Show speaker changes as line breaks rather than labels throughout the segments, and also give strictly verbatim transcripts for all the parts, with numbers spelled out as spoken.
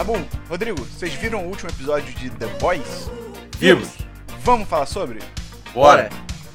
Dabu, Rodrigo, vocês viram o último episódio de The Boys?
Vimos.
Vamos falar sobre?
Bora.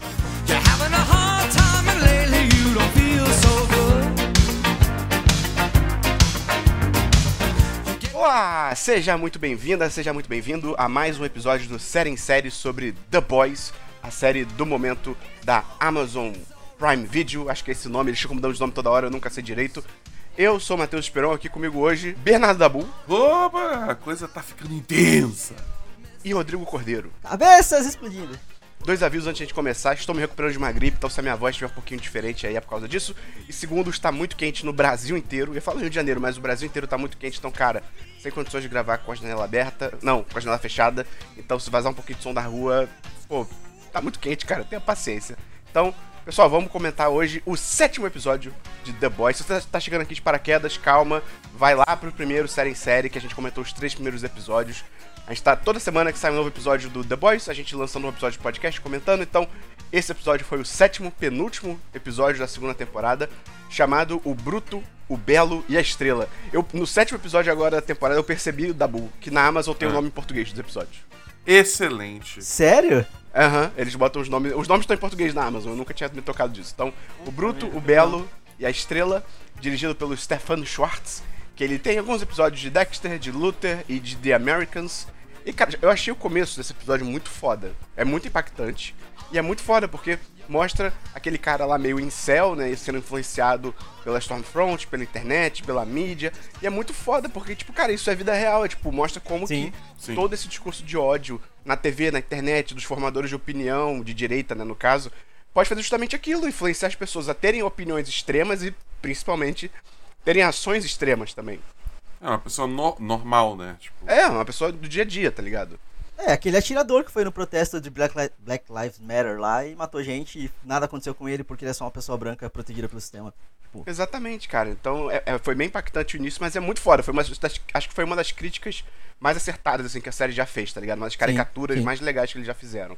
Olá, seja muito bem-vinda, seja muito bem-vindo a mais um episódio do Série em Série sobre The Boys, a série do momento da Amazon Prime Video. Acho que é esse nome, eles ficam mudando de nome toda hora, eu nunca sei direito. Eu sou o Matheus Esperon, aqui comigo hoje, Bernardo Dabu.
Opa, a coisa tá ficando intensa.
E Rodrigo Cordeiro.
Cabeças explodindo.
Dois avisos antes de começar: estou me recuperando de uma gripe, então se a minha voz estiver um pouquinho diferente aí é por causa disso. E segundo, está muito quente no Brasil inteiro. Eu falo Rio de Janeiro, mas o Brasil inteiro tá muito quente, então cara, sem condições de gravar com a janela aberta, não, com a janela fechada. Então se vazar um pouquinho de som da rua, pô, tá muito quente, cara, tenha paciência. Então, pessoal, vamos comentar hoje o sétimo episódio de The Boys. Se você tá chegando aqui de paraquedas, calma, vai lá pro primeiro Série em Série, que a gente comentou os três primeiros episódios. A gente tá toda semana que sai um novo episódio do The Boys, a gente lançando um episódio de podcast comentando. Então, esse episódio foi o sétimo, penúltimo episódio da segunda temporada, chamado O Bruto, o Belo e a Estrela. Eu, no sétimo episódio agora da temporada, eu percebi, Dabu, que na Amazon tem o
Ah.
nome em português dos episódios.
Excelente.
Sério?
Aham, uhum, eles botam os nomes. Os nomes estão em português na Amazon, eu nunca tinha me tocado disso. Então, O Bruto, o Belo e a Estrela, dirigido pelo Stefan Schwartz, que ele tem alguns episódios de Dexter, de Luther e de The Americans. E, cara, eu achei o começo desse episódio muito foda. É muito impactante. E é muito foda porque mostra aquele cara lá meio incel, né, sendo influenciado pela Stormfront, pela internet, pela mídia. E é muito foda porque, tipo, cara, isso é vida real. É, tipo, mostra como
Sim,
que
sim.
todo esse discurso de ódio na T V, na internet, dos formadores de opinião, de direita, né, no caso, pode fazer justamente aquilo, influenciar as pessoas a terem opiniões extremas e, principalmente, terem ações extremas também.
É uma pessoa no- normal, né? Tipo,
É, uma pessoa do dia a dia, tá ligado?
É, aquele atirador que foi no protesto de Black, Li- Black Lives Matter lá e matou gente e nada aconteceu com ele porque ele é só uma pessoa branca protegida pelo sistema. Tipo,
Exatamente, cara. Então, é- é- foi bem impactante o início, mas é muito foda. Foi uma das- acho que foi uma das críticas mais acertadas, assim, que a série já fez, tá ligado? Uma das caricaturas
sim.
mais legais que eles já fizeram.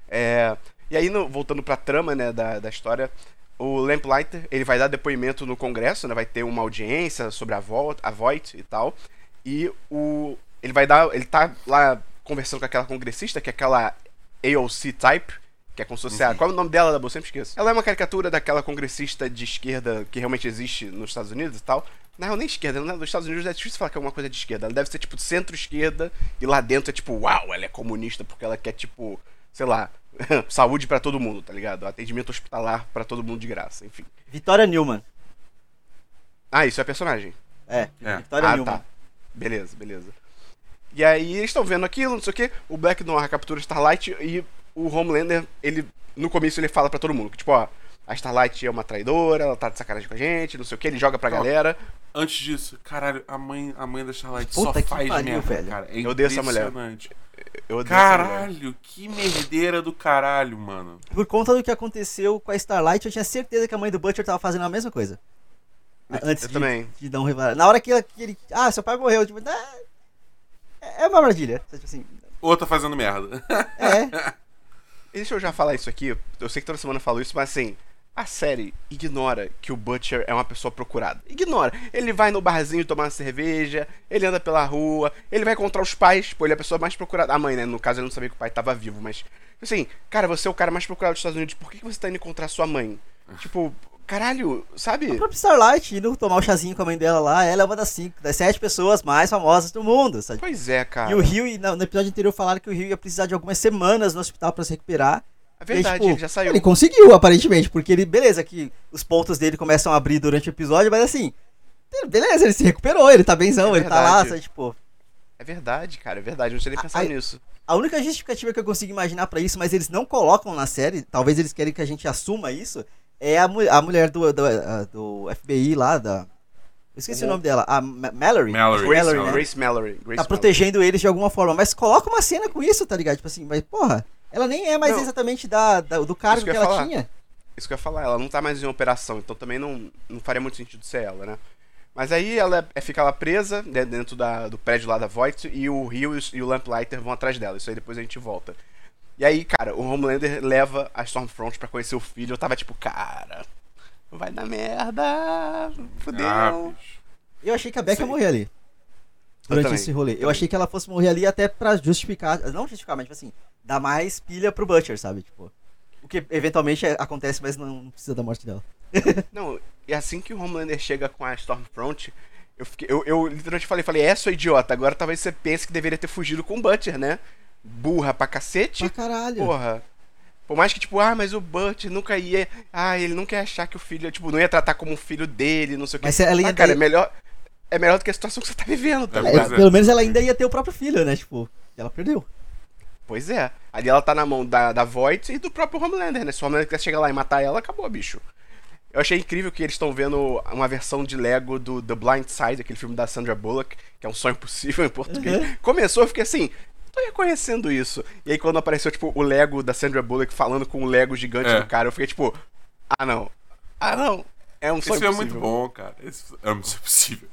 É, e aí, no- voltando pra trama, né, da, da história, o Lamplighter, ele vai dar depoimento no Congresso, né? Vai ter uma audiência sobre a, Vo- a Voight e tal. E o, ele vai dar... Ele tá lá conversando com aquela congressista, que é aquela A O C type, que é como se fosse a... Qual é o nome dela, Dabu? Eu sempre esqueço. Ela é uma caricatura daquela congressista de esquerda que realmente existe nos Estados Unidos e tal. Na real, nem esquerda. Nos Estados Unidos é difícil falar que é alguma coisa de esquerda. Ela deve ser, tipo, centro-esquerda e lá dentro é tipo, uau, ela é comunista porque ela quer, tipo, sei lá, saúde pra todo mundo, tá ligado? Atendimento hospitalar pra todo mundo de graça, enfim.
Vitória Newman.
Ah, isso é personagem.
É,
É.
Vitória
ah,
Newman.
tá. Beleza, beleza. E aí eles estão vendo aquilo, não sei o que. O Black Noir captura Starlight e o Homelander, ele, no começo ele fala pra todo mundo que, tipo, ó, a Starlight é uma traidora, ela tá de sacanagem com a gente, não sei o que, ele joga pra
Ó,
galera.
antes disso, caralho, a mãe, a mãe da Starlight
Puta
só
que
faz
pariu,
merda,
velho.
cara. É
Eu odeio essa mulher.
impressionante.
Eu odeio essa mulher.
Caralho, que merdeira do caralho, mano.
Por conta do que aconteceu com a Starlight, eu tinha certeza que a mãe do Butcher tava fazendo a mesma coisa. Antes
eu
de,
também.
de dar um revelar. Na hora que, ela- que ele. Ah, seu pai morreu. Tipo, ah, é uma armadilha. Tipo assim.
Outra fazendo merda.
É.
E deixa eu já falar isso aqui, eu sei que toda semana eu falo isso, mas assim, a série ignora que o Butcher é uma pessoa procurada. Ignora. Ele vai no barzinho tomar uma cerveja, ele anda pela rua, ele vai encontrar os pais, pô, ele é a pessoa mais procurada. A mãe, né? No caso, ele não sabia que o pai tava vivo, mas... Assim, cara, você é o cara mais procurado dos Estados Unidos, por que que você tá indo encontrar sua mãe? Tipo, caralho, sabe?
A própria Starlight indo tomar o chazinho com a mãe dela lá, ela é uma das cinco, das sete pessoas mais famosas do mundo, sabe?
Pois é, cara.
E o Rio, no no episódio anterior falaram que o Rio ia precisar de algumas semanas no hospital pra se recuperar.
É verdade,
E aí, tipo,
ele já saiu.
Ele conseguiu, aparentemente, porque ele, beleza, que os pontos dele começam a abrir durante o episódio, mas assim, beleza, ele se recuperou, ele tá benzão,
É
ele tá lá,
verdade.
sabe, tipo...
É verdade, cara, é verdade, não tinha nem pensado
Ai,
nisso.
A única justificativa que eu consigo imaginar pra isso, mas eles não colocam na série, talvez eles querem que a gente assuma isso, é a, mu- a mulher do, do, a- do F B I lá, da... Eu esqueci
Uhum.
o nome dela, a Ma- Mallory.
Mallory.
Grace,
Mallory, né?
Grace Mallory. Grace
Tá
Mallory.
protegendo eles de alguma forma, mas coloca uma cena com isso, tá ligado? Tipo assim, mas porra, ela nem é mais
Não.
exatamente da, da- do cargo
Isso que
que,
eu ia
ela
falar.
tinha.
Isso que eu ia falar, ela não tá mais em operação, então também não, não faria muito sentido ser ela, né? Mas aí ela é, fica lá presa, né, dentro da, do prédio lá da Voight, e o Rio e o, e o Lamplighter vão atrás dela. Isso aí depois a gente volta. E aí, cara, o Homelander leva a Stormfront pra conhecer o filho. Eu tava tipo, cara, vai dar merda, fudeu.
Ah, bicho.
Eu achei que a Becca
Sim.
morreu ali. durante
também,
esse rolê. Eu
também.
achei que ela fosse morrer ali até pra justificar, não justificar, mas tipo assim, dar mais pilha pro Butcher, sabe? Tipo, o que eventualmente é- acontece, mas não precisa da morte dela.
Não, e assim que o Homelander chega com a Stormfront, eu, fiquei, eu, eu literalmente falei, falei, é, sua idiota, agora talvez você pense que deveria ter fugido com o Butcher, né? Burra pra cacete.
Pra caralho.
Porra. Por mais que, tipo, ah, mas o Butcher nunca ia. Ah, ele nunca ia achar que o filho, tipo, não ia tratar como um filho dele, não sei o que.
Mas ela ia
ah, cara,
ter-
é melhor. É melhor do que a situação que você tá vivendo, tá
É,
É,
ligado?
pois é.
pelo menos ela ainda ia ter o próprio filho, né? Tipo, ela perdeu.
Pois é. Ali ela tá na mão da, da Voight e do próprio Homelander, né? Se o Homelander quiser chegar lá e matar ela, acabou, bicho. Eu achei incrível que eles estão vendo uma versão de Lego do The Blind Side, aquele filme da Sandra Bullock, que é um sonho possível em português.
Uhum.
Começou, eu fiquei assim, tô reconhecendo isso. E aí quando apareceu, tipo, o Lego da Sandra Bullock falando com o Lego gigante
É.
do cara, eu fiquei tipo, ah não, ah não, é um sonho
Isso é
possível.
muito bom, cara. Isso é muito possível.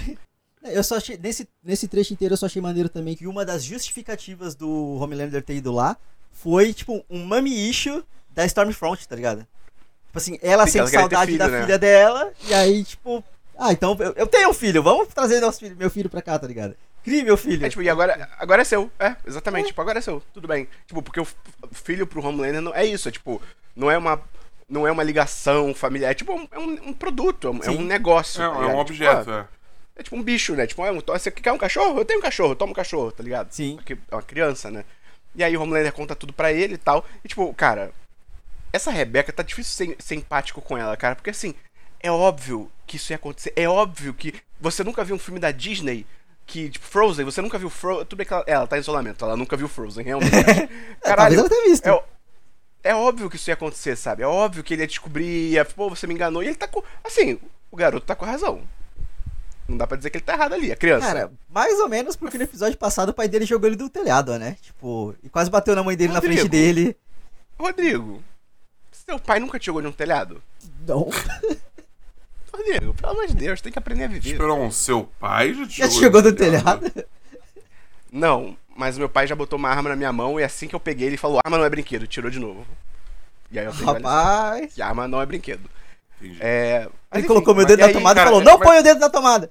Eu só achei, nesse, nesse trecho inteiro eu só achei maneiro também que uma das justificativas do Homelander ter ido lá foi, tipo, um mommy issue da Stormfront, tá ligado? Tipo assim, ela
Sim, ela
sente
queria ter
saudade
filho,
da
né?
filha dela, e aí, tipo, ah, então eu, eu tenho um filho, vamos trazer nosso filho, meu filho pra cá, tá ligado? Crie meu filho.
É, tipo, e agora, agora é seu. É, exatamente. Tipo, agora é seu. Tudo bem. Tipo, porque o f- o filho pro Homelander não, é isso. É tipo, não é uma, não é uma ligação familiar. É tipo, um, é um, um produto. É um, é um
Sim.
negócio.
É,
tá
é um
ligado?
objeto,
Tipo, ah,
é.
é tipo um bicho, né? Tipo, ah, um- você quer um cachorro? Eu tenho um cachorro. Toma um cachorro, tá ligado?
Sim.
Porque é uma criança, né? E aí o Homelander conta tudo pra ele e tal. E tipo, cara, essa Rebecca tá difícil ser, ser empático com ela, cara. Porque assim, é óbvio que isso ia acontecer. É óbvio que você nunca viu um filme da Disney que, tipo, Frozen, você nunca viu Frozen. Tudo bem que ela, ela tá em isolamento, ela nunca viu Frozen, realmente.
É, talvez ela tenha visto.
É, é óbvio que isso ia acontecer, sabe? É óbvio que ele ia descobrir, ia, pô, você me enganou. E ele tá com. Assim, o garoto tá com razão. Não dá pra dizer que ele tá errado ali, a criança.
Cara, mais ou menos porque no episódio passado o pai dele jogou ele do telhado, né? Tipo, e quase bateu na mãe dele
Rodrigo.
na frente dele.
Rodrigo, seu pai nunca te jogou num telhado?
Não.
Rodrigo, pelo amor de Deus, tem que aprender a viver.
Esperou um seu pai já te
Já te
jogou
jogou
no
do telhado?
Não, mas meu pai já botou uma arma na minha mão e assim que eu peguei, ele falou: arma não é brinquedo, tirou de novo. E aí eu aprendi a lição,
Rapaz.
que arma não é brinquedo.
Entendi.
É. mas
Ele
enfim,
colocou meu
mas-
dedo
e
na
aí,
tomada
cara,
e falou:
é,
não
mas-
põe o dedo na tomada.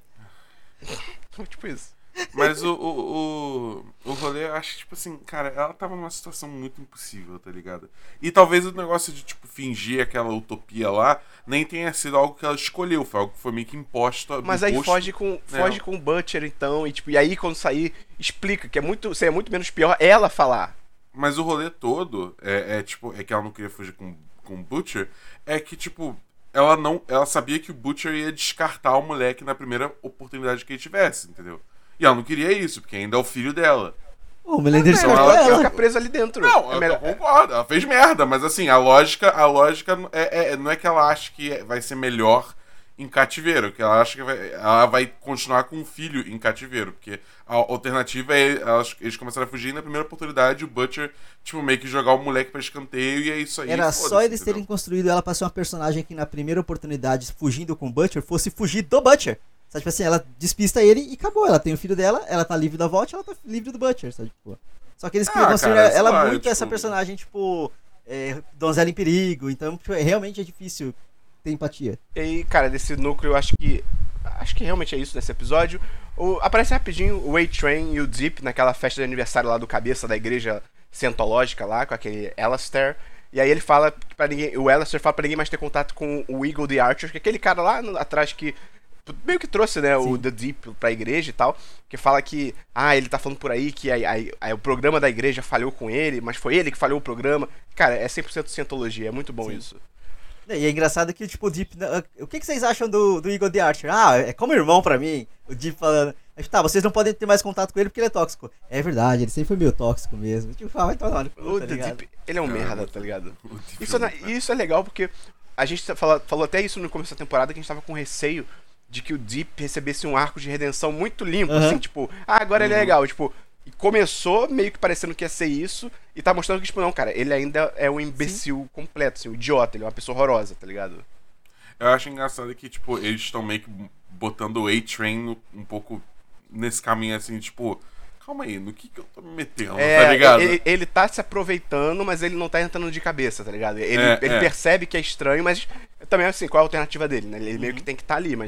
Tipo isso.
Mas o, o, o, o rolê, eu acho, tipo assim, cara, ela tava numa situação muito impossível, tá ligado? E talvez o negócio de, tipo, fingir aquela utopia lá nem tenha sido algo que ela escolheu, foi algo que foi meio que imposto.
Mas aí
imposto
foge com, foge
nela.
com o Butcher, então, e tipo, e aí quando sair, explica que é muito, seria muito menos pior ela falar.
Mas o rolê todo é, é, tipo, é que ela não queria fugir com, com o Butcher, é que, tipo, ela não. Ela sabia que o Butcher ia descartar o moleque na primeira oportunidade que ele tivesse, entendeu? E ela não queria isso, porque ainda é o filho dela.
O Homelander
É,
escolheu
ela-
ela
ela.
fica presa ali dentro.
Não,
é
eu,
melhor.
eu concordo, ela fez merda, mas assim, a lógica, a lógica é, é- não é que ela acha que vai ser melhor em cativeiro, que ela acha que vai- ela vai continuar com um filho em cativeiro, porque a alternativa é elas- eles começaram a fugir e na primeira oportunidade o Butcher, tipo, meio que jogar o moleque pra escanteio e é isso aí.
Era
foda-se,
só eles
entendeu?
terem construído ela pra ser uma personagem que na primeira oportunidade, fugindo com o Butcher, fosse fugir do Butcher. Sabe, tipo assim, ela despista ele e acabou. Ela tem o filho dela, ela tá livre da Vault, ela tá livre do Butcher, sabe? Tipo, só que eles queriam
Ah,
construir
cara, sei
ela
lá,
muito
tipo-
essa personagem, tipo, é, donzela em perigo. Então, tipo, é- realmente é difícil ter empatia.
E aí, cara, desse núcleo, eu acho que. Acho que realmente é isso nesse episódio. O, aparece rapidinho o A-Train e o Deep naquela festa de aniversário lá do cabeça da igreja cientológica lá, com aquele Alastair. E aí ele fala para ninguém. O Alastair fala pra ninguém mais ter contato com o Eagle the Archer, que é aquele cara lá no- atrás que. Meio que trouxe, né, o
Sim.
The Deep pra igreja e tal. Que fala que. Ah, ele tá falando por aí que aí, aí- aí o programa da igreja falhou com ele, mas foi ele que falhou o programa. Cara, é cem por cento cientologia, é muito bom
Sim.
isso.
E é engraçado que, tipo, o Deep. ah, O que, que vocês acham do, do Eagle the Archer? Ah, é como irmão pra mim. O Deep falando. Mas, tá, vocês não podem ter mais contato com ele porque ele é tóxico. É verdade, ele sempre foi meio tóxico mesmo. Tipo, ah, vai tomar no cu,
O
tá
The
ligado?
Deep, ele é um
Cara,
merda, tá ligado?
O Deep
Isso é, na-
é-
isso é legal porque a gente fala- falou até isso no começo da temporada, que a gente tava com receio de que o Deep recebesse um arco de redenção muito limpo,
Aham.
assim, tipo, ah, agora ele é
Uhum.
legal, tipo, e começou meio que parecendo que ia ser isso, e tá mostrando que, tipo, não, cara, ele ainda é um imbecil completo, assim, um idiota, ele é uma pessoa horrorosa, tá ligado?
Eu acho engraçado que, tipo, eles estão meio que botando o A-Train no- um pouco nesse caminho, assim, tipo, calma aí, no que que eu tô me metendo,
É,
tá ligado?
ele, ele tá se aproveitando, mas ele não tá entrando de cabeça, tá ligado? Ele,
É,
ele
é.
percebe que é estranho, mas também, assim, qual é a alternativa dele, né? Ele meio que tem que estar ali, mas,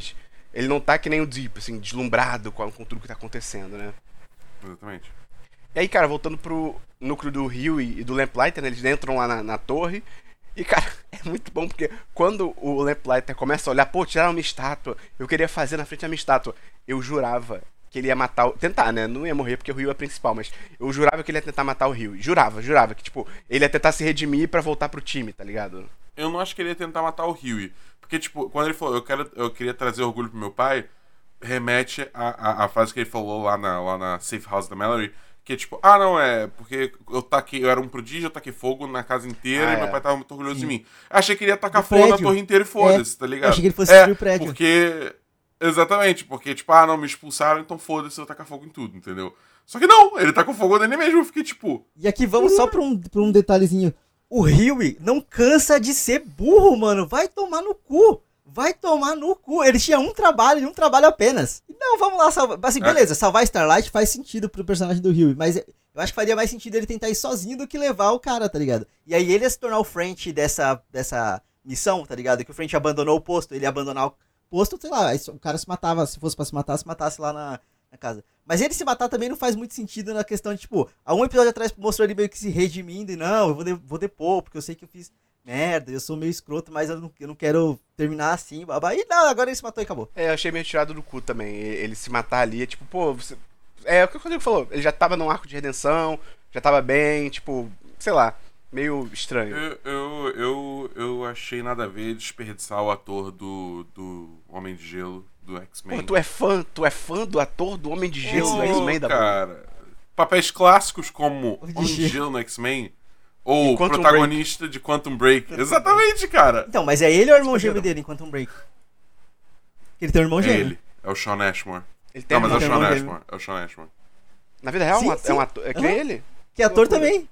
Ele não tá que nem o Deep, assim, deslumbrado com, com tudo que tá acontecendo, né?
Exatamente.
E aí, cara, voltando pro núcleo do Huey e do Lamplighter, né? Eles entram lá na, na torre. E, cara, é muito bom porque quando o Lamplighter começa a olhar, pô, tiraram uma estátua, eu queria fazer na frente da minha estátua. Eu jurava que ele ia matar o... Tentar, né? Não ia morrer porque o Huey é principal, mas eu jurava que ele ia tentar matar o Huey. Jurava, jurava que, tipo, ele ia tentar se redimir pra voltar pro time, tá ligado?
Eu não acho que ele ia tentar matar o Huey. Porque, tipo, quando ele falou, eu, quero, eu queria trazer orgulho pro meu pai, remete à a, a frase que ele falou lá na, lá na Safe House da Mallory, que é tipo, ah, não, é porque eu taquei, eu era um prodígio, eu taquei fogo na casa inteira
Ah,
e meu
é.
pai tava muito orgulhoso
Sim.
de mim. Achei que ele ia tacar
Do
fogo na
prédio.
torre inteira e foda-se,
É,
tá
eu
ligado?
achei que ele fosse
é,
destruir o prédio.
Porque. Exatamente, porque, tipo, ah, não, me expulsaram, então foda-se, eu tacar fogo em tudo, entendeu? Só que não, ele tacou fogo nele mesmo, eu fiquei tipo.
E aqui vamos só pra um, pra um detalhezinho. O Huey não cansa de ser burro, mano. Vai tomar no cu. Vai tomar no cu. Ele tinha um trabalho e um trabalho apenas. Não, vamos lá salvar. Assim, beleza, salvar Starlight faz sentido pro personagem do Huey, mas eu acho que faria mais sentido ele tentar ir sozinho do que levar o cara, tá ligado? E aí ele ia se tornar o French dessa, dessa missão, tá ligado? Que o French abandonou o posto, ele ia abandonar o posto, sei lá, aí o cara se matava, se fosse pra se matar, se matasse lá na, na casa. Mas ele se matar também não faz muito sentido na questão de, tipo, há um episódio atrás mostrou ele meio que se redimindo e não, eu vou, de, vou depor, porque eu sei que eu fiz merda, eu sou meio escroto, mas eu não, eu não quero terminar assim, babá. E não, agora ele se matou e acabou.
É, eu achei meio tirado do cu também. Ele, ele se matar ali, é tipo, pô, você... É o que o Rodrigo falou, ele já tava num arco de redenção, já tava bem, tipo, sei lá, meio estranho.
Eu, eu, eu, eu achei nada a ver desperdiçar o ator do, do Homem de Gelo, do X-Men.
Pô, tu é fã, tu é fã do ator do Homem de Gelo
Pô,
do X-Men da
cara. Papéis clássicos como
Homem de
Homem de
Gelo.
Gelo no X-Men ou
E Quantum
protagonista de Quantum Break. Exatamente, cara.
Então, mas é ele ou o irmão
Escolheram.
gêmeo dele em Quantum Break? Ele tem um irmão
É
gêmeo.
ele. É o Sean Ashmore.
Ele tem
Não, mas é o
tem
Sean
irmão
Ashmore. É o Sean Ashmore.
Na vida real,
Sim,
um ator-
sim.
é um ator. É que
Aham.
nem ele?
Que é ator
loucura.
também.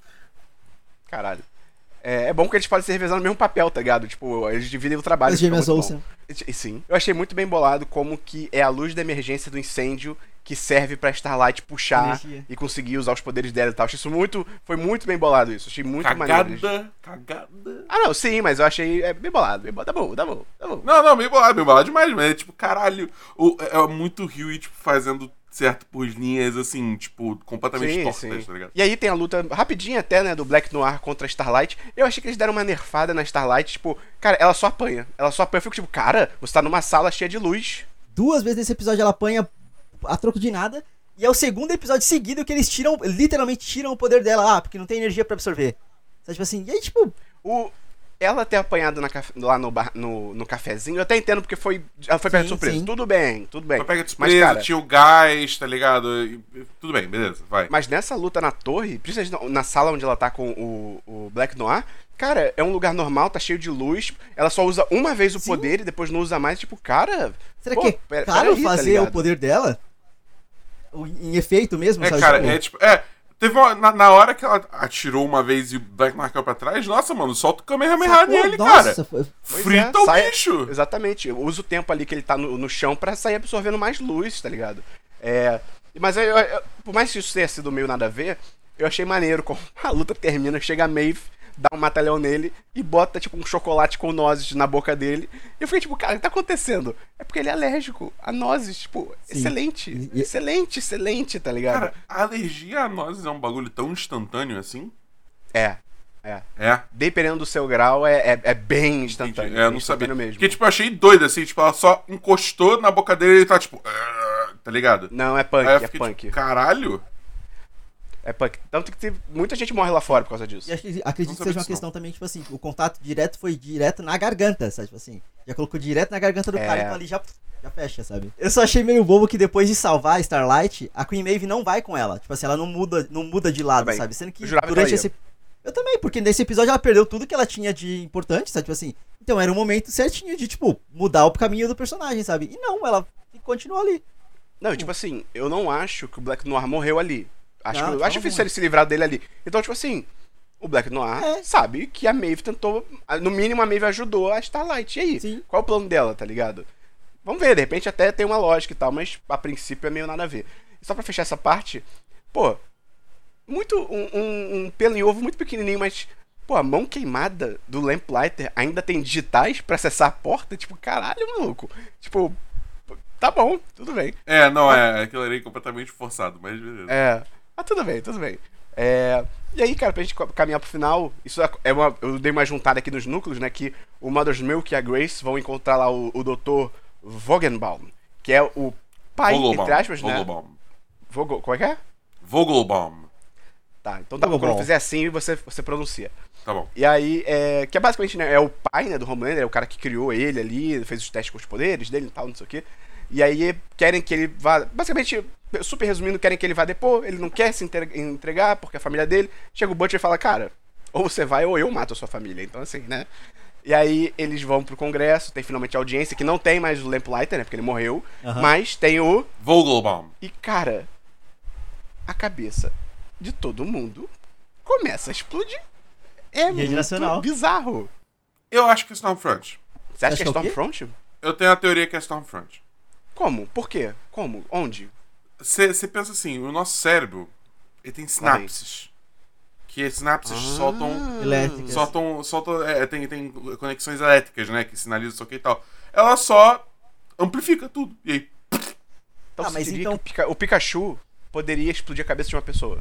Caralho. É, é bom que eles podem se revezar no mesmo papel, tá ligado? Tipo, eles dividem o trabalho.
As
fica
gêmeas
muito bom.
Olsen.
E sim. Eu achei muito bem bolado como que é a luz da emergência do incêndio que serve pra Starlight puxar
Energia.
e conseguir usar os poderes dela e tal. Achei isso muito... Foi muito bem bolado isso. Achei muito maneiro.
Cagada. Cagada.
Ah, não, sim, mas eu achei é, bem bolado. Bem bolado. Tá bom, tá bom, tá bom.
Não, não, meio bolado, meio bolado demais, mas é tipo, caralho. O, é é muito Huey, tipo, fazendo certo por linhas, assim, tipo, completamente
Sim,
tortas,
sim.
tá ligado?
E aí tem a luta rapidinha até, né, do Black Noir contra a Starlight. Eu achei que eles deram uma nerfada na Starlight, tipo, cara, ela só apanha. Ela só apanha. Eu fico tipo, cara, você tá numa sala cheia de luz.
Duas vezes nesse episódio ela apanha a troco de nada. E é o segundo episódio seguido que eles tiram, literalmente tiram o poder dela. Ah, porque não tem energia pra absorver. Sabe, tipo assim, e aí, tipo,
O... Ela ter apanhado na caf- lá no, bar... no, no cafezinho, eu até entendo porque foi. Ela foi pega de
Sim,
surpresa.
sim.
Tudo bem, tudo bem.
Foi pega de
Mas,
surpresa,
cara,
tinha o gás, tá ligado? E- e- tudo bem, beleza, vai.
mas nessa luta na torre, principalmente na- na sala onde ela tá com o, o Black Noir, cara, é um lugar normal, tá cheio de luz. Ela só usa uma vez o
Sim.
poder e depois não usa mais. Tipo, cara.
será
pô,
que é
pera-
caro
peraí, tá
fazer
ligado?
o poder dela? O- Em efeito mesmo,
É,
sabe?
cara,
tipo,
é tipo. É. Teve uma, na, na hora que ela atirou uma vez e o Black marcou pra trás, nossa, mano, solta o Kamehameha
sacou?
nele,
Nossa,
cara.
foi-
Pois
Frita
é,
o
sai-
bicho.
Exatamente. Usa o tempo ali que ele tá no, no chão pra sair absorvendo mais luz, tá ligado? É. Mas eu, eu- eu- por mais que isso tenha sido meio nada a ver, eu achei maneiro como a luta termina, chega a Maeve, dá um mata-leão nele e bota, tipo, um chocolate com nozes na boca dele. E eu fiquei, tipo, cara, o que tá acontecendo? É porque ele é alérgico a nozes, tipo,
Sim.
excelente.
E-
Excelente, excelente, tá ligado?
Cara, a alergia a nozes é um bagulho tão instantâneo assim?
É, é.
É.
Dependendo do seu grau, é, é, é bem instantâneo.
Entendi. É, eu não
instantâneo
sabia.
mesmo.
Porque, tipo, eu achei doido, assim, tipo, ela só encostou na boca dele e ele tá, tipo, "Ah", tá ligado?
Não, é punk,
Aí eu
é
fiquei,
punk.
tipo, caralho?
É punk. Tanto que teve- muita gente morre lá fora por causa disso.
E acho que, acredito
Não
que
sabia
seja uma
disso,
questão também, tipo assim, o contato direto foi direto na garganta, sabe? Tipo assim, já colocou direto na garganta do
É.
cara, então ali já, já fecha, sabe? Eu só achei meio bobo que depois de salvar a Starlight, a Queen Maeve não vai com ela. Tipo assim, ela não muda, não muda de lado,
Também.
sabe? Sendo que
Eu jurava que
durante
ela ia.
esse. Eu também, porque nesse episódio ela perdeu tudo que ela tinha de importante, sabe? Tipo assim, então era um momento certinho de, tipo, mudar o caminho do personagem, sabe? E não, ela continuou ali.
Não, e tipo assim, eu não acho que o Black Noir morreu ali. Acho,
Não,
que,
de
acho
forma
difícil ele se livrar dele ali. Então, tipo assim, o Black Noir
É.
sabe que a Maeve tentou. No mínimo, a Maeve ajudou a Starlight. E aí?
Sim.
Qual é o plano dela, tá ligado? Vamos ver, de repente até tem uma lógica e tal, mas a princípio é meio nada a ver. E só pra fechar essa parte, pô, muito. Um, um, um pelo em ovo muito pequenininho, mas. Pô, a mão queimada do Lamplighter ainda tem digitais pra acessar a porta? Tipo, caralho, maluco. Tipo, Tá bom, tudo bem.
É, não, é, aquilo ali é completamente forçado, mas beleza.
É, mas tudo bem, tudo bem. É, e aí, cara, pra gente caminhar pro final, isso é uma, eu dei uma juntada aqui nos núcleos, né, que o Mother's Milk e a Grace vão encontrar lá o, o doutor Vogelbaum, que é o pai,
Vogelbaum,
entre aspas, né?
Vogelbaum.
Vogel, como é que é?
Vogelbaum.
Tá, então tá bom, quando eu fizer assim, você, você pronuncia.
Tá bom.
E aí, é, que é basicamente, né, é o pai, né, do Homelander, é o cara que criou ele ali, fez os testes com os poderes dele e tal, não sei o quê. E aí querem que ele vá, basicamente, super resumindo, querem que ele vá depor, ele não quer se entregar porque a família dele. Chega o Butcher e fala, cara, ou você vai ou eu mato a sua família, então assim, né. E aí eles vão pro congresso, tem finalmente a audiência, que não tem mais o Lamplighter, né, porque ele morreu,
Aham.
mas tem o...
Vogelbaum.
E cara, a cabeça de todo mundo começa a explodir. É
Rede
muito
nacional.
bizarro.
Eu acho que é Stormfront.
Você acha
Acho
que é
que é o quê?
Stormfront?
Eu tenho a teoria que é Stormfront.
Como? Por quê? Como? Onde?
Você pensa assim, o nosso cérebro, ele tem sinapses. Que sinapses
Ah.
soltam...
Elétricas.
Soltam... soltam é, tem, tem conexões elétricas, né? Que sinalizam isso aqui e tal. Ela só amplifica tudo. E aí...
Então
Ah,
você
mas
diria
então-
que o, Pika- o Pikachu poderia explodir a cabeça de uma pessoa.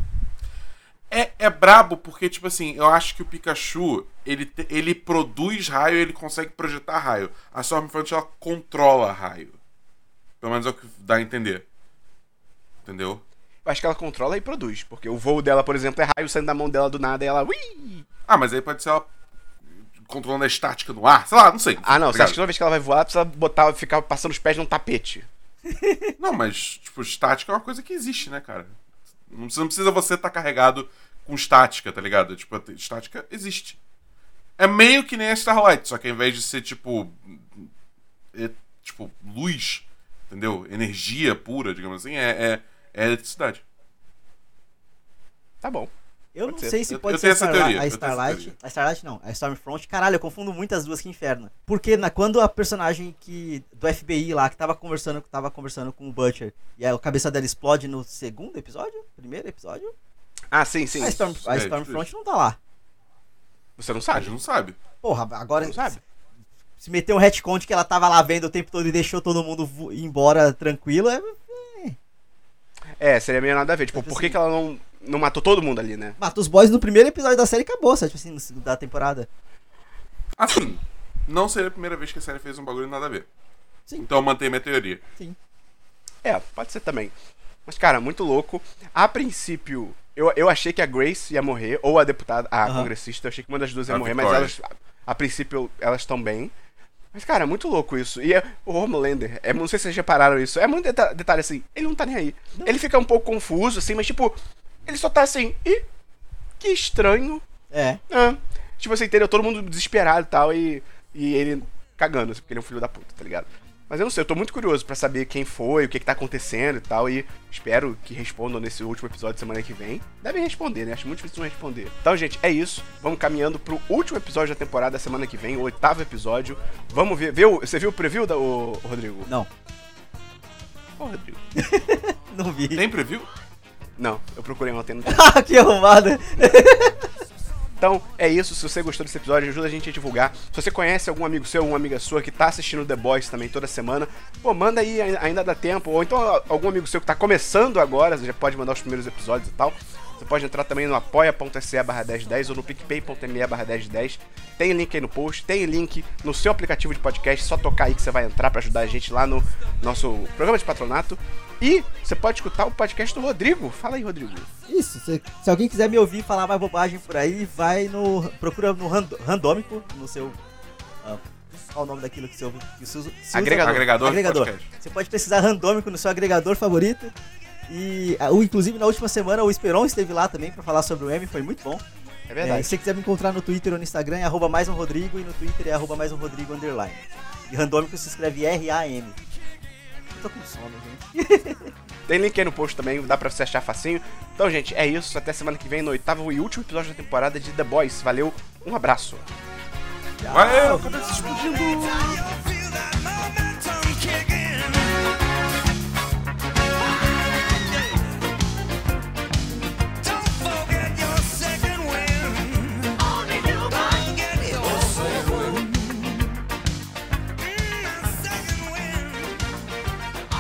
É, é brabo porque, tipo assim, eu acho que o Pikachu, ele, te- ele produz raio e ele consegue projetar raio. A Stormfront, ela controla raio. Pelo menos é o que dá a entender. Entendeu?
Eu acho que ela controla e produz. Porque o voo dela, por exemplo, é raio saindo da mão dela do nada e ela... Ui!
Ah, mas aí pode ser ela controlando a estática no ar. Sei lá, não sei.
Ah, não.
tá
Você acha que
ligado?
toda vez que ela vai voar, ela precisa botar, ficar passando os pés num tapete?
Não, mas, tipo, estática é uma coisa que existe, né, cara? Não precisa, não precisa você estar carregado com estática, tá ligado? Tipo, a estática existe. É meio que nem a Starlight, só que ao invés de ser, tipo... É, tipo, luz, entendeu? Energia pura, digamos assim, é, é, é eletricidade.
Tá bom.
Eu
Pode
não
ser.
sei se
Eu-
pode
eu
ser
tenho
a
essa
Starlight,
teoria,
a
eu tenho essa
Starlight.
teoria.
A Starlight não, a Stormfront. Caralho, eu confundo muito as duas, que inferno. Porque na, quando a personagem que, do F B I lá, que tava conversando, tava conversando com o Butcher, e a cabeça dela explode no segundo episódio? Primeiro episódio?
Ah, sim, sim.
a Storm, a
é,
Stormfront
tipo
não tá lá.
Você não
A
sabe?
gente não sabe.
Porra, agora
Não sabe?
se meter um retcon de que ela tava lá vendo o tempo todo e deixou todo mundo vo- ir embora tranquilo, é...
É, seria meio nada a ver. Tipo,
Tipo
por que,
assim-
que ela não, não matou todo mundo ali, né?
Mata os boys no primeiro episódio da série e acabou, sabe? Tipo assim, da temporada.
Assim, não seria a primeira vez que a série fez um bagulho nada a ver.
Sim.
Então eu mantenho minha teoria.
Sim.
É, pode ser também. Mas, cara, muito louco. A princípio, eu, eu achei que a Grace ia morrer, ou a deputada, a
Aham.
congressista, eu achei que uma das duas ia
A
morrer,
Victoria.
mas elas, a, a princípio, elas estão bem. Mas, cara, é muito louco isso. E é, o Homelander, é, não sei se vocês repararam isso, é muito deta- detalhe assim, ele não tá nem aí. Ele fica um pouco confuso, assim, mas, tipo, ele só tá assim, ih, que estranho.
É.
Ah, tipo assim, entendeu? Todo mundo desesperado e tal, e, e ele cagando, assim, porque ele é um filho da puta, tá ligado? Mas eu não sei, eu tô muito curioso pra saber quem foi, o que que tá acontecendo e tal, e espero que respondam nesse último episódio semana que vem. Devem responder, né? Acho muito difícil não responder. Então, gente, é isso. Vamos caminhando pro último episódio da temporada da semana que vem, o oitavo episódio. Vamos ver. Viu? Você viu o preview, da, o, Rodrigo?
Não.
Ô, Rodrigo.
Não vi.
Tem preview?
Não, eu procurei ontem, não tem.
Ah, que arrumada.
Então, é isso. Se você gostou desse episódio, ajuda a gente a divulgar. Se você conhece algum amigo seu, uma amiga sua que tá assistindo The Boys também toda semana, pô, manda aí, ainda dá tempo. Ou então algum amigo seu que tá começando agora, você já pode mandar os primeiros episódios e tal. Você pode entrar também no apoia.se barra dez dez ou no picpay.me barra dez dez. Tem link aí no post, tem link no seu aplicativo de podcast, só tocar aí que você vai entrar pra ajudar a gente lá no nosso programa de patronato. E você pode escutar o podcast do Rodrigo. Fala aí, Rodrigo.
Isso, se, se alguém quiser me ouvir falar mais bobagem por aí, vai no. Procura no rando, Randômico, no seu. ah, qual o nome daquilo que você ouve? Que você usa, se usa-
Agregador.
Agregador,
agregador.
de podcast.
Você pode precisar Randômico no seu agregador favorito. E ah, o- inclusive na última semana o Esperon esteve lá também pra falar sobre o M, foi muito bom.
É
É,
verdade.
se você quiser me encontrar no Twitter ou no Instagram é arroba mais um Rodrigo e no Twitter é arroba mais um Rodrigo underline. E Randômico se escreve R A M. Eu tô com sono, gente.
Tem link aí no post também, dá pra você achar facinho. Então, gente, é isso. Até semana que vem no oitavo e último episódio da temporada de The Boys. Valeu, um abraço.
Valeu, cabeça explodindo!
Feel that momentum kicking. Don't forget your second wind. Only you can get your second wind. Mm, second wind.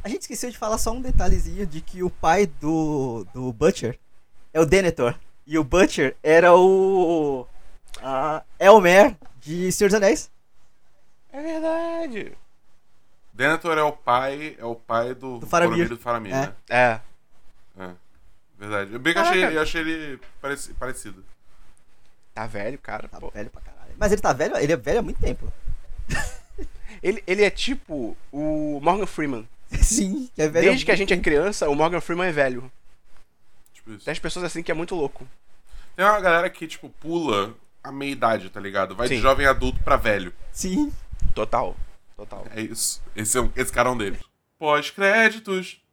A gente esqueceu de falar só um detalhezinho de que o pai do, do Butcher é o Denethor. E o Butcher era o... a Elmer de Senhor dos Anéis.
É verdade.
Denethor é o pai, é o pai do,
Do Faramir.
Boromir e do Faramir,
É.
né?
É.
É. Verdade. Eu bem que achei,
Caraca.
eu achei ele pareci- parecido.
Tá velho, cara.
Tá
pô.
velho pra caralho. Mas ele tá velho, ele é velho há muito tempo.
Ele, ele é tipo o Morgan Freeman.
Sim, que é velho.
Desde
há
que a
muito
gente é criança, o Morgan Freeman é velho.
Tipo isso.
Tem as pessoas assim que é muito louco.
Tem uma galera que, tipo, pula a meia idade, tá ligado? Vai de
Sim.
jovem adulto pra velho.
tempo. Sim.
Total. Total.
É isso. Esse, é um, esse cara é um deles. Pós-créditos.